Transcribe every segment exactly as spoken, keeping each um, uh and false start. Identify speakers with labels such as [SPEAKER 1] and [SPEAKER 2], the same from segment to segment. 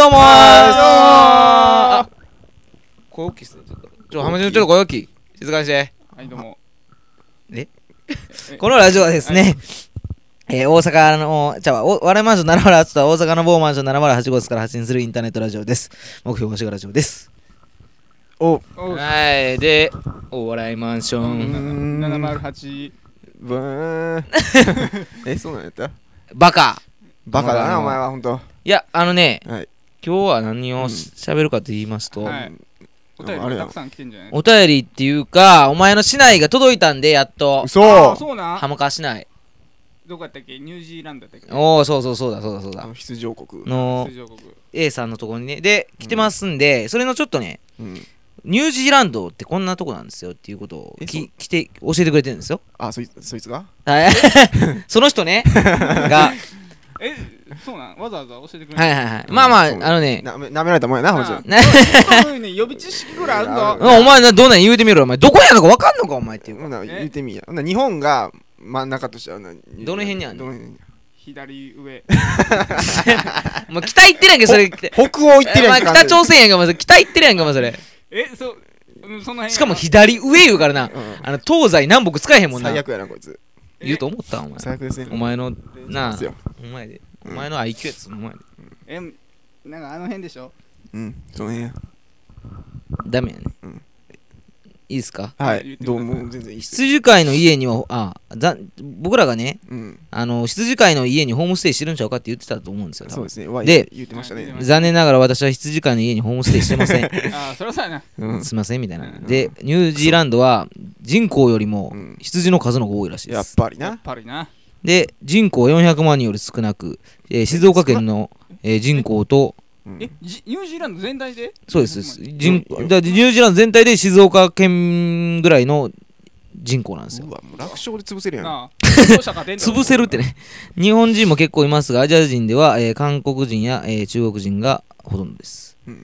[SPEAKER 1] どうもー。
[SPEAKER 2] あ
[SPEAKER 1] あ、声大きいっすね。ちょっと。ちょ、浜ちゃんちょっと声大きい。静かにして。
[SPEAKER 2] はい、どうも。
[SPEAKER 1] えこのラジオはですね、えー、大阪の、じゃあ、笑いマンションななまるはちとは大阪の某マンションななまるはち号室から発信するインターネットラジオです。目標はしがラジオです。
[SPEAKER 2] お
[SPEAKER 1] はい、で、お笑いマンション。
[SPEAKER 2] ななまるはち。
[SPEAKER 3] ブーン。え、そうなんやった
[SPEAKER 1] バカ。
[SPEAKER 3] バカだな、お前は、ほんと。
[SPEAKER 1] いや、あのね、
[SPEAKER 3] はい、
[SPEAKER 1] 今日は何を喋るかと言いますと、
[SPEAKER 2] はい、お便りたくさん来てんじゃない
[SPEAKER 1] お便りっていうか、お前の市内が届いたんで、やっと。
[SPEAKER 3] そう
[SPEAKER 2] そうなん
[SPEAKER 1] 浜川市内。
[SPEAKER 2] どこやったっけニュージーランドだったっけ
[SPEAKER 1] おお、そうそうそうだそうだそうだ。
[SPEAKER 3] 出場国
[SPEAKER 1] の A さんのところにね。で、来てますんで、それのちょっとね、
[SPEAKER 3] うん、
[SPEAKER 1] ニュージーランドってこんなとこなんですよっていうことをき来て教えてくれてるんですよ。
[SPEAKER 3] あ、そいつ、そいつが
[SPEAKER 1] はいその人ねが
[SPEAKER 2] え、そうなんわざわざ教えてくれる
[SPEAKER 1] はいはいはい。まあまあ、あのね、
[SPEAKER 3] なめなめられたもんやな、ほんじゃ。
[SPEAKER 2] そういうね、予備知識ぐらいあるぞ。
[SPEAKER 1] お前な、どんなん言うてみろ、お前。どこやのか分かんのか、お前っていうか。
[SPEAKER 3] 言うてみや。日本が真ん中としては、どの
[SPEAKER 1] 辺にあるの？
[SPEAKER 2] 左上。
[SPEAKER 1] お前、北行ってるやんけ、それ。
[SPEAKER 3] 北欧行ってるやん
[SPEAKER 1] か。北朝鮮やんか、お前。北行ってるやんか、お前、それ。
[SPEAKER 2] え、そう、その辺。
[SPEAKER 1] しかも左上言うからな。あの、東西南北使えへんもんな。
[SPEAKER 3] 最悪やな、こいつ。
[SPEAKER 1] 言うと思ったお前。
[SPEAKER 3] 最悪ですね。
[SPEAKER 1] お前の、なあ、お前で。お前の アイキュー やつ、お前で。
[SPEAKER 2] え、なんかあの辺でしょ
[SPEAKER 3] うん、その辺や。
[SPEAKER 1] ダメやね。うん。いいですか？
[SPEAKER 3] はい、どうも全然いいっす。
[SPEAKER 1] 羊飼いの家には、あ、ざ僕らがね、うん、あの羊飼いの家にホームステイしてるんちゃうかって言ってたと思うんですよ。
[SPEAKER 3] そうですね。
[SPEAKER 1] で、
[SPEAKER 3] 言ってましたね。
[SPEAKER 1] 残念ながら私は羊飼いの家にホームステイしてません。
[SPEAKER 2] あ、そりゃそうやな。
[SPEAKER 1] うん、すいませんみたいな。で、ニュージーランドは人口よりも羊の数の方が多いらしいです。
[SPEAKER 3] やっぱりな。
[SPEAKER 2] やっぱりな。
[SPEAKER 1] で、人口よんひゃくまん人より少なく、えー、静岡県の、えー、人口と
[SPEAKER 2] え、ニュージーランド全体で？
[SPEAKER 1] そうです。人だニュージーランド全体で静岡県ぐらいの人口なんですよ。
[SPEAKER 3] うわ、もう楽勝で潰せるやん。
[SPEAKER 1] 潰せるってね。日本人も結構いますが、アジア人では、えー、韓国人や、えー、中国人がほとんどです。うん、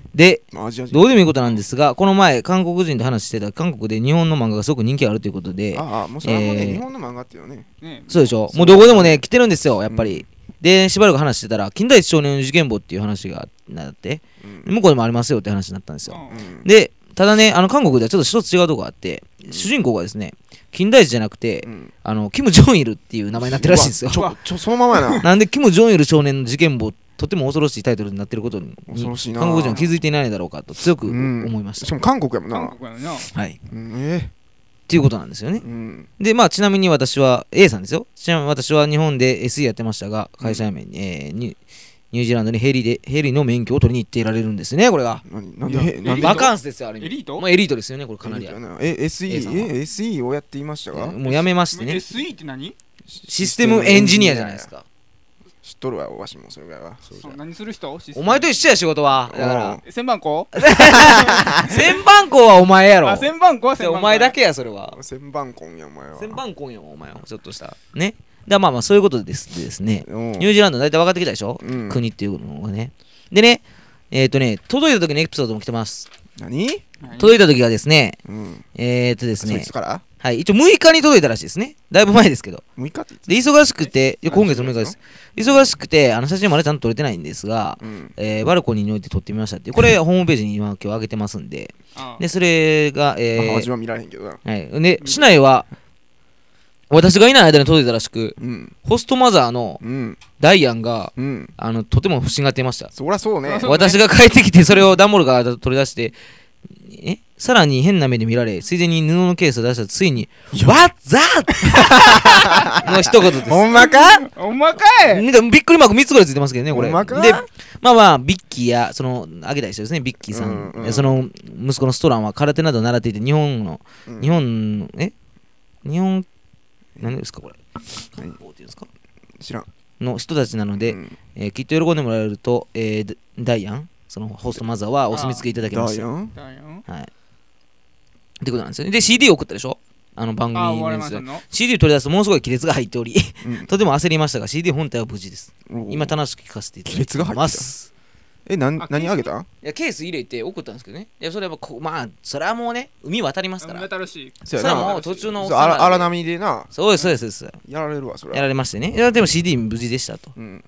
[SPEAKER 1] で、どうでもいいことなんですが、この前、韓国人と話してた韓国で日本の漫画がすごく人気あるということで、
[SPEAKER 3] ああ、もうそれはもうね、えー、日本の漫画っていうのはね。
[SPEAKER 1] そうでしょ。もうどこでもね、来てるんですよ、やっぱり。うんで、しばらく話してたら、金田一少年の事件簿っていう話がなって、うん、向こうでもありますよって話になったんですよ。うん、で、ただね、あの韓国ではちょっと一つ違うとこがあって、うん、主人公がですね、金田一じゃなくて、うん、あのキム・ジョンイルっていう名前になってるらしいんですよ。
[SPEAKER 3] ちょ、ちょ、そのままやな。
[SPEAKER 1] なんで、キム・ジョンイル少年の事件簿、とても恐ろしいタイトルになってることに、韓国人は気づいていないだろうかと強く思いました。
[SPEAKER 3] しかも韓国やもんな。
[SPEAKER 2] 韓国やもんな。
[SPEAKER 1] はい。
[SPEAKER 3] うんえー
[SPEAKER 1] っていうことなんですよね。うん、で、まあ、ちなみに私は A さんですよ。ちなみに私は日本で エスイー やってましたが、会社辞めに、うんえー、ニュニュージーランドにヘリでヘリの免許を取りに行っていられるんですね、これが。
[SPEAKER 3] なんでなんで
[SPEAKER 1] バカンスですよ、あれ。
[SPEAKER 2] エリート？
[SPEAKER 1] まあ、エリートですよね、これかなり。
[SPEAKER 3] え、エスイー、え、エスイー をやっていましたが、
[SPEAKER 1] もうやめましてね。
[SPEAKER 2] エスイー って何？
[SPEAKER 1] システムエンジニアじゃないですか。
[SPEAKER 3] 知っとるわ、わしもそれぐらいは。
[SPEAKER 2] 何する人？
[SPEAKER 1] お前と一緒や、仕事は。だから。
[SPEAKER 2] 千番号？
[SPEAKER 1] 千番号はお前やろ。
[SPEAKER 2] あ、千番号は千番号。
[SPEAKER 1] お前だけや、それは。
[SPEAKER 3] 千番号や、お前は。
[SPEAKER 1] 千番号や、お前は。ちょっとした。ね。で、まあまあ、そういうことですですね。ニュージーランド大体分かってきたでしょ、うん、国っていうのがね。でね、えっとね、届いた時のエピソードも来てます。
[SPEAKER 3] 何？
[SPEAKER 1] 届いた時がですね、うん、えーっとですね。
[SPEAKER 3] そいつから？
[SPEAKER 1] はい、一応むいかに届いたらしいですね。だいぶ前ですけど。
[SPEAKER 3] むいかって
[SPEAKER 1] で忙しくて、いや今月むいかです。忙しくて、あの写真までちゃんと撮れてないんですが、うん、えー、バルコニーに置いて撮ってみましたっていう。これ、ホームページに今今日上げてますんで。で、それが、えー、
[SPEAKER 3] 自分は見られへんけどな。
[SPEAKER 1] はい。で、市内は、私がいない間に届いたらしく、うん、ホストマザーのダイアンが、うん、あのとても不審がっていました。
[SPEAKER 3] そりゃそうね。
[SPEAKER 1] 私が帰ってきて、それを段ボールから取り出して、えさらに変な目で見られ、ついでに布のケースを出したらついに「What's that? 」の一言です。
[SPEAKER 3] ほんまか
[SPEAKER 2] ほんまかい。
[SPEAKER 1] なんかびっくりマークみっつぐらいついてますけどね、これ。
[SPEAKER 3] ほんまか
[SPEAKER 1] で、まあまあ、ビッキーや、その、あげた人ですね、ビッキーさん、うんうん、その息子のストランは空手などを習っていて、日本の、うん、日本の、え日本、何ですか、これ。何ていうんですか
[SPEAKER 3] 知らん。
[SPEAKER 1] の人たちなので、うんえー、きっと喜んでもらえると、えー、ダイアン、そのホストマザーはお墨付けいただきました。
[SPEAKER 3] ダイアン
[SPEAKER 1] はい。ってことなんですよね。で、シーディー を送ったでしょあの番組のやつ。シーディー を取り出すとものすごい亀裂が入っており、うん、とても焦りましたが、シーディー 本体は無事です。今、楽しく聞かせていただきます。
[SPEAKER 3] 亀裂が入ってたえ、なん、何あげたん？
[SPEAKER 1] いや、ケース入れて送ったんですけどね。いや、それはこまあ、それはもうね、海渡りますから。
[SPEAKER 2] 海渡るし。
[SPEAKER 1] それはもう途中の
[SPEAKER 3] 荒波でな。
[SPEAKER 1] そうです、そうです、そうです。
[SPEAKER 3] やられるわ、それは。
[SPEAKER 1] やられましてね。いや、でも シーディー 無事でしたと。うん。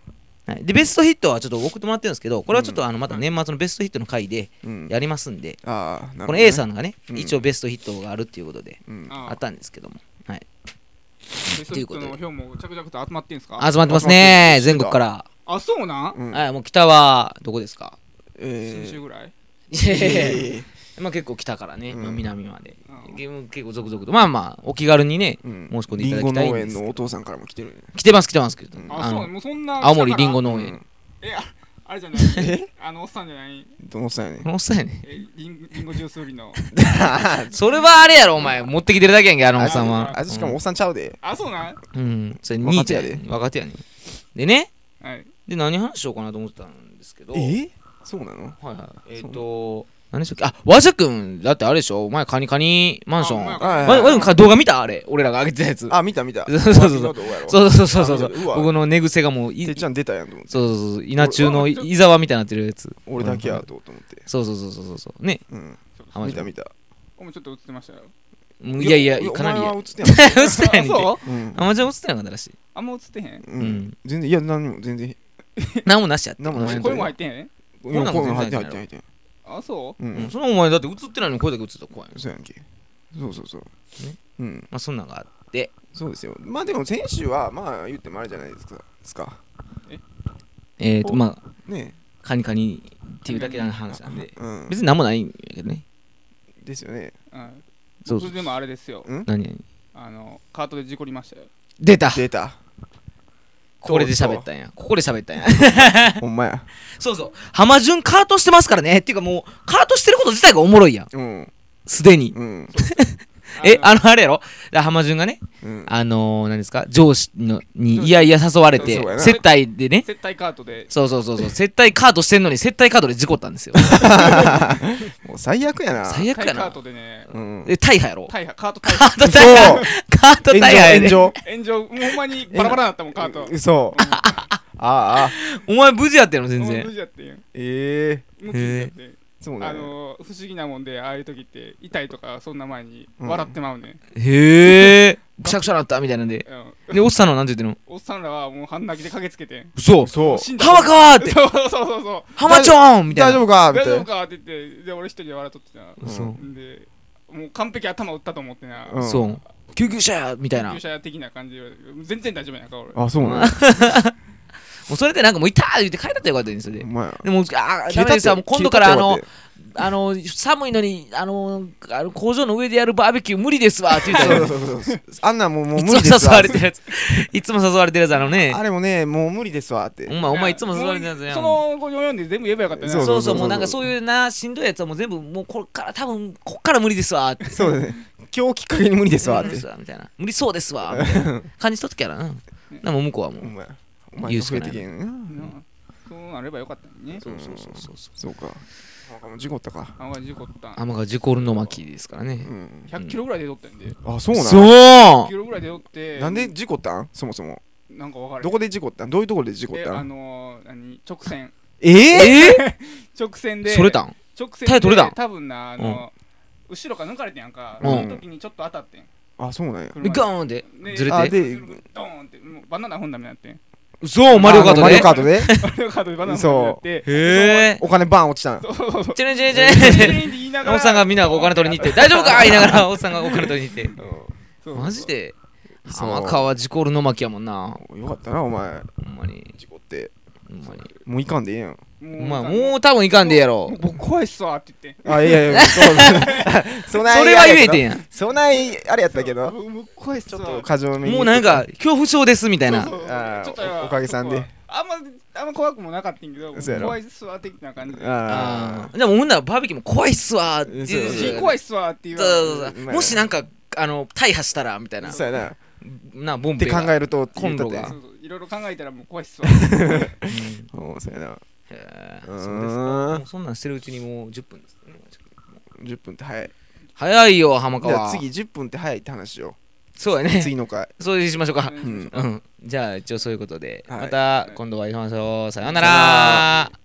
[SPEAKER 1] はい、でベストヒットはちょっと送ってもらってるんですけど、これはちょっとあのまた年末のベストヒットの回で
[SPEAKER 3] うん
[SPEAKER 1] やりますんで、
[SPEAKER 3] ああなるほどね
[SPEAKER 1] この A さんがね、
[SPEAKER 3] うん
[SPEAKER 1] 一応ベストヒットがあるっていうことで
[SPEAKER 3] うん
[SPEAKER 2] あ
[SPEAKER 1] あったんですけども、はい、
[SPEAKER 2] ベストヒットの票も着々と集まってんすか？
[SPEAKER 1] 集まってます
[SPEAKER 3] 集まって
[SPEAKER 1] ね、
[SPEAKER 3] る
[SPEAKER 1] 全国から。
[SPEAKER 2] あ、そうなん？
[SPEAKER 3] うん
[SPEAKER 1] はい、もう北はどこですか？
[SPEAKER 3] えー
[SPEAKER 2] 先週ぐらい？
[SPEAKER 1] いやいやいや
[SPEAKER 3] え
[SPEAKER 1] まあ結構北からね、
[SPEAKER 3] うん
[SPEAKER 1] まあ南まで、
[SPEAKER 2] うん
[SPEAKER 1] ゲーム結構続々と、まあまあお気軽にね、
[SPEAKER 3] ーうん
[SPEAKER 1] 申し込んでいただきたいんです
[SPEAKER 3] リンゴ農園のお父さんからも来てるね
[SPEAKER 1] 来てます来てますけど、
[SPEAKER 3] うん
[SPEAKER 2] あ、そう、
[SPEAKER 1] あの
[SPEAKER 2] もうそんな。
[SPEAKER 1] 青森りんご
[SPEAKER 2] の。
[SPEAKER 1] 農園、
[SPEAKER 3] うん
[SPEAKER 2] え、ああれじゃないあのおっさんじゃない
[SPEAKER 3] どのさんやね
[SPEAKER 1] このおっさんやね
[SPEAKER 2] え、りんりんごジュース売りの。
[SPEAKER 1] それはあれやろお前持ってきてるだけやんけあのおっさんは
[SPEAKER 3] あしかもおっさんちゃうで
[SPEAKER 2] あ、そうなん？
[SPEAKER 1] うんそれ兄ちゃんや
[SPEAKER 3] 若手やで
[SPEAKER 1] 若手やねでね
[SPEAKER 2] はい。
[SPEAKER 1] で何話しようかなと思ってたんですけど
[SPEAKER 3] えそうなの
[SPEAKER 1] はいはいえっと何でしたっけあ和田くんだってあれでしょお前カニカニマンション
[SPEAKER 2] あ
[SPEAKER 3] はい
[SPEAKER 1] わわか動画見たあれ俺らが上げてたやつ
[SPEAKER 3] あ見た見た
[SPEAKER 1] そうそうそうそう
[SPEAKER 3] 昨日動画やろ
[SPEAKER 1] そうそうそうそうそう
[SPEAKER 3] あ見たうわ
[SPEAKER 1] 僕の寝癖がもうい
[SPEAKER 3] てっちゃん出たやんと思って
[SPEAKER 1] そうそうそう稲中の伊沢みたいになってるやつ
[SPEAKER 3] 俺だけやとと思って
[SPEAKER 1] そうそうそうそうそうそうね
[SPEAKER 3] うん
[SPEAKER 1] 浜ちゃん
[SPEAKER 3] 見た見た
[SPEAKER 2] おもちょっと映ってましたよ。
[SPEAKER 1] もういやいやかなりや
[SPEAKER 3] お前は映ってない
[SPEAKER 1] 映ってないねんて
[SPEAKER 2] あ、そう？
[SPEAKER 3] うん
[SPEAKER 1] 浜ちゃん映ってなかったらしい
[SPEAKER 2] あんま映ってへん。
[SPEAKER 3] う
[SPEAKER 1] うんん
[SPEAKER 3] 全然いや何も全然
[SPEAKER 1] 何もなしやって
[SPEAKER 3] 何もなし
[SPEAKER 1] お前のとこ
[SPEAKER 2] 声も入ってへん？
[SPEAKER 3] いや
[SPEAKER 1] こんなん
[SPEAKER 3] こういうの入って
[SPEAKER 1] 全然
[SPEAKER 3] 入って入って
[SPEAKER 2] あ、そう
[SPEAKER 3] う
[SPEAKER 1] うんんそのお前だって映ってないのに声だけ映ってたら怖いよ
[SPEAKER 3] そうやんけそうそうそう
[SPEAKER 1] ね
[SPEAKER 3] うん
[SPEAKER 1] まあそんなんがあって
[SPEAKER 3] そうですよまあでも選手はまあ言ってもあれじゃないですかですか
[SPEAKER 1] えーとまあ
[SPEAKER 3] ね
[SPEAKER 1] カニカニっていうだけの話なんで
[SPEAKER 3] うん
[SPEAKER 1] 別に何もないんやけどね
[SPEAKER 3] ですよね
[SPEAKER 2] うん。
[SPEAKER 1] そうそう
[SPEAKER 2] 僕でもあれですよ。
[SPEAKER 3] ん
[SPEAKER 1] 何々
[SPEAKER 2] あの、カートで事故りましたよ。
[SPEAKER 1] 出た
[SPEAKER 3] 出た
[SPEAKER 1] これで喋ったんやここで喋ったんや
[SPEAKER 3] ほんまや
[SPEAKER 1] そうそう浜順カートしてますからねっていうかもうカートしてること自体がおもろいやん
[SPEAKER 3] うん
[SPEAKER 1] すでに
[SPEAKER 3] うん
[SPEAKER 1] えあのあれやろだから浜順がね
[SPEAKER 3] うん
[SPEAKER 1] あのー、何ですか上司のにいやいや誘われて
[SPEAKER 3] そうやな
[SPEAKER 1] 接待でね
[SPEAKER 2] 接待カートで。
[SPEAKER 1] そうそうそうそう接待カードしてんのに接待カードで事故ったんですよ
[SPEAKER 3] もう最悪やな
[SPEAKER 1] 最悪やな
[SPEAKER 2] 接待カートでね、
[SPEAKER 3] うん
[SPEAKER 1] え大破やろ
[SPEAKER 2] 大破、カート大
[SPEAKER 1] カ
[SPEAKER 2] 破。
[SPEAKER 1] ート大破カート
[SPEAKER 3] 炎
[SPEAKER 1] 大破やで
[SPEAKER 3] 上炎
[SPEAKER 2] 炎上、もうほんまにバラバラだったもん、カート。
[SPEAKER 3] 上嘘ああ
[SPEAKER 1] お前無事やったよ全
[SPEAKER 2] もう無
[SPEAKER 1] 然
[SPEAKER 2] 事やってんよ。
[SPEAKER 3] ええ
[SPEAKER 2] 無傷やって。
[SPEAKER 3] そうなんや
[SPEAKER 2] あのー、不思議なもんで、ああいう時って、痛いとか、そんな前に笑ってまうねん。
[SPEAKER 1] へえくしゃくしゃなったみたいなんで
[SPEAKER 2] うん。
[SPEAKER 1] でおっさんのなんて言ってんの
[SPEAKER 2] おっさんらはもう半泣きで駆けつけてん。
[SPEAKER 1] 嘘
[SPEAKER 3] そう
[SPEAKER 2] 死んだ
[SPEAKER 1] 浜川って
[SPEAKER 2] そうそうそうそう。
[SPEAKER 1] 浜ちょんみたいな
[SPEAKER 3] 大丈夫かって
[SPEAKER 2] 大丈夫かって言って、で、俺一人で笑っとってな。
[SPEAKER 1] 嘘
[SPEAKER 2] で、もう完璧頭打ったと思ってな。
[SPEAKER 3] うん
[SPEAKER 1] そう救急車やみたいなも
[SPEAKER 2] 救急車的な感じで、全然大丈夫やんか、俺。
[SPEAKER 3] あそうなんや
[SPEAKER 1] うそれでなんかもう痛ーって言って帰ったってよかったんですよね
[SPEAKER 3] ほんまや
[SPEAKER 1] でもあーダ
[SPEAKER 3] 消えたって
[SPEAKER 1] メですよもう今度からあの
[SPEAKER 3] 消えたって
[SPEAKER 1] あの寒いのにあのあの工場の上でやるバーベキュー無理ですわって言ったら
[SPEAKER 3] そうそうそうそうあんなんもうもう
[SPEAKER 1] いつも誘
[SPEAKER 3] 無理ですわ
[SPEAKER 1] われてるやついつも誘われてるやつあのね
[SPEAKER 3] あれもねもう無理ですわって
[SPEAKER 1] お前お前いつも誘われてるやつやん
[SPEAKER 2] そのごよんで全部言えばよかったね。
[SPEAKER 3] そう
[SPEAKER 1] そうそうもうなんかそういうなしんどいやつはもう全部もうこれから多分こっから無理ですわって
[SPEAKER 3] そうだね今日きっかけに無理ですわって
[SPEAKER 1] 無理ですわみたいな無理そうですわみたいな感じとっときやらなでも向こうはもう
[SPEAKER 3] お前お前が
[SPEAKER 1] 言うしかない
[SPEAKER 3] 増えてけんな
[SPEAKER 2] うんそうなればよかったのにね。
[SPEAKER 1] そうそうそうそう
[SPEAKER 3] そうかなんかもう事故ったか
[SPEAKER 2] あんまり事故ったん。
[SPEAKER 1] 天川ジコルの巻ですからね
[SPEAKER 3] うん
[SPEAKER 2] ひゃっキロぐらいで撮ったんで。
[SPEAKER 3] あそうなん
[SPEAKER 1] そう
[SPEAKER 2] キロぐらいで撮って。
[SPEAKER 3] なんで事故ったんそもそも
[SPEAKER 2] なんか分かる。
[SPEAKER 3] どこで事故ったんどういうところで事故っ
[SPEAKER 2] え、
[SPEAKER 3] たん
[SPEAKER 2] あのー、何直線。
[SPEAKER 3] ええ
[SPEAKER 1] え
[SPEAKER 2] 直線で。
[SPEAKER 1] それたん
[SPEAKER 2] 直線
[SPEAKER 1] タイトルだ
[SPEAKER 2] で多分な、あの、後ろから抜かれてんやんか。
[SPEAKER 1] うん
[SPEAKER 2] その時にちょっと当たってん。
[SPEAKER 3] あそうなんや
[SPEAKER 1] でガーンって
[SPEAKER 2] で
[SPEAKER 1] ずれて
[SPEAKER 3] あで
[SPEAKER 2] ドーンって、もうバナナ踏んだみたいになってん。
[SPEAKER 1] そうマリオカート
[SPEAKER 3] マリオ
[SPEAKER 1] で
[SPEAKER 3] カートで
[SPEAKER 2] マリオカートでバナナ踏んだみたいになって。
[SPEAKER 1] へえ
[SPEAKER 3] お金バン落ちたん
[SPEAKER 2] そうそうそう。
[SPEAKER 1] チェレンチェレンチェレン
[SPEAKER 2] チェレンって言いながら
[SPEAKER 1] おっさんがみんながお金取りに行って大丈夫か言いながらおっさんがお金取りに行って
[SPEAKER 2] そうそう
[SPEAKER 1] マジで
[SPEAKER 3] そう
[SPEAKER 1] 浜川ジコルの巻やもんな
[SPEAKER 3] よかったなお前
[SPEAKER 1] ほんまに
[SPEAKER 3] 事故って
[SPEAKER 1] ほんまに
[SPEAKER 3] もういかんでええやん
[SPEAKER 2] も
[SPEAKER 1] お前もう多分いかんでええやろ
[SPEAKER 2] もう僕怖いっすわって言って。
[SPEAKER 3] あいやいやそうそない
[SPEAKER 1] それは言えてんやん
[SPEAKER 3] そないあれやったけど
[SPEAKER 2] もうもう怖いっすわ。
[SPEAKER 3] ちょっと過剰めに
[SPEAKER 1] もうなんか恐怖症ですみたいな
[SPEAKER 2] そうそう
[SPEAKER 3] あー
[SPEAKER 2] ちょっと
[SPEAKER 3] おおかげさんで
[SPEAKER 2] あんまあんま怖くもなかったんやけど、
[SPEAKER 3] そうやろ
[SPEAKER 2] 怖いっすわ的な感じで。
[SPEAKER 3] あ
[SPEAKER 1] あーでもほんならバーベキューも怖いっすわーって
[SPEAKER 3] そうそう
[SPEAKER 1] いう
[SPEAKER 2] 怖いっすわって言
[SPEAKER 1] そう
[SPEAKER 2] わ
[SPEAKER 1] そうそう
[SPEAKER 3] まあ
[SPEAKER 1] もしなんかあの大破したらみたいな
[SPEAKER 3] あそうやなっ
[SPEAKER 1] なボン
[SPEAKER 3] て
[SPEAKER 1] ベが
[SPEAKER 3] 考えると
[SPEAKER 1] コンロが
[SPEAKER 3] 言うたって
[SPEAKER 2] そうそういろいろ考えたらもう怖いっすわ。
[SPEAKER 3] うんそうやな
[SPEAKER 1] へー
[SPEAKER 3] うーん
[SPEAKER 1] そうですかもうそんなんしてるうちにもうじゅっぷんですね
[SPEAKER 3] じゅっぷんって早い
[SPEAKER 1] 早いよ浜
[SPEAKER 3] じゃあ
[SPEAKER 1] 川
[SPEAKER 3] 次じゅっぷんって早いって話を
[SPEAKER 1] そうやね
[SPEAKER 3] 次の回
[SPEAKER 1] そうしましょうか
[SPEAKER 2] う
[SPEAKER 3] うん
[SPEAKER 1] うんじゃあ一応そういうことで
[SPEAKER 3] はい
[SPEAKER 1] また今度お会いしましょうさような
[SPEAKER 3] さような
[SPEAKER 1] ら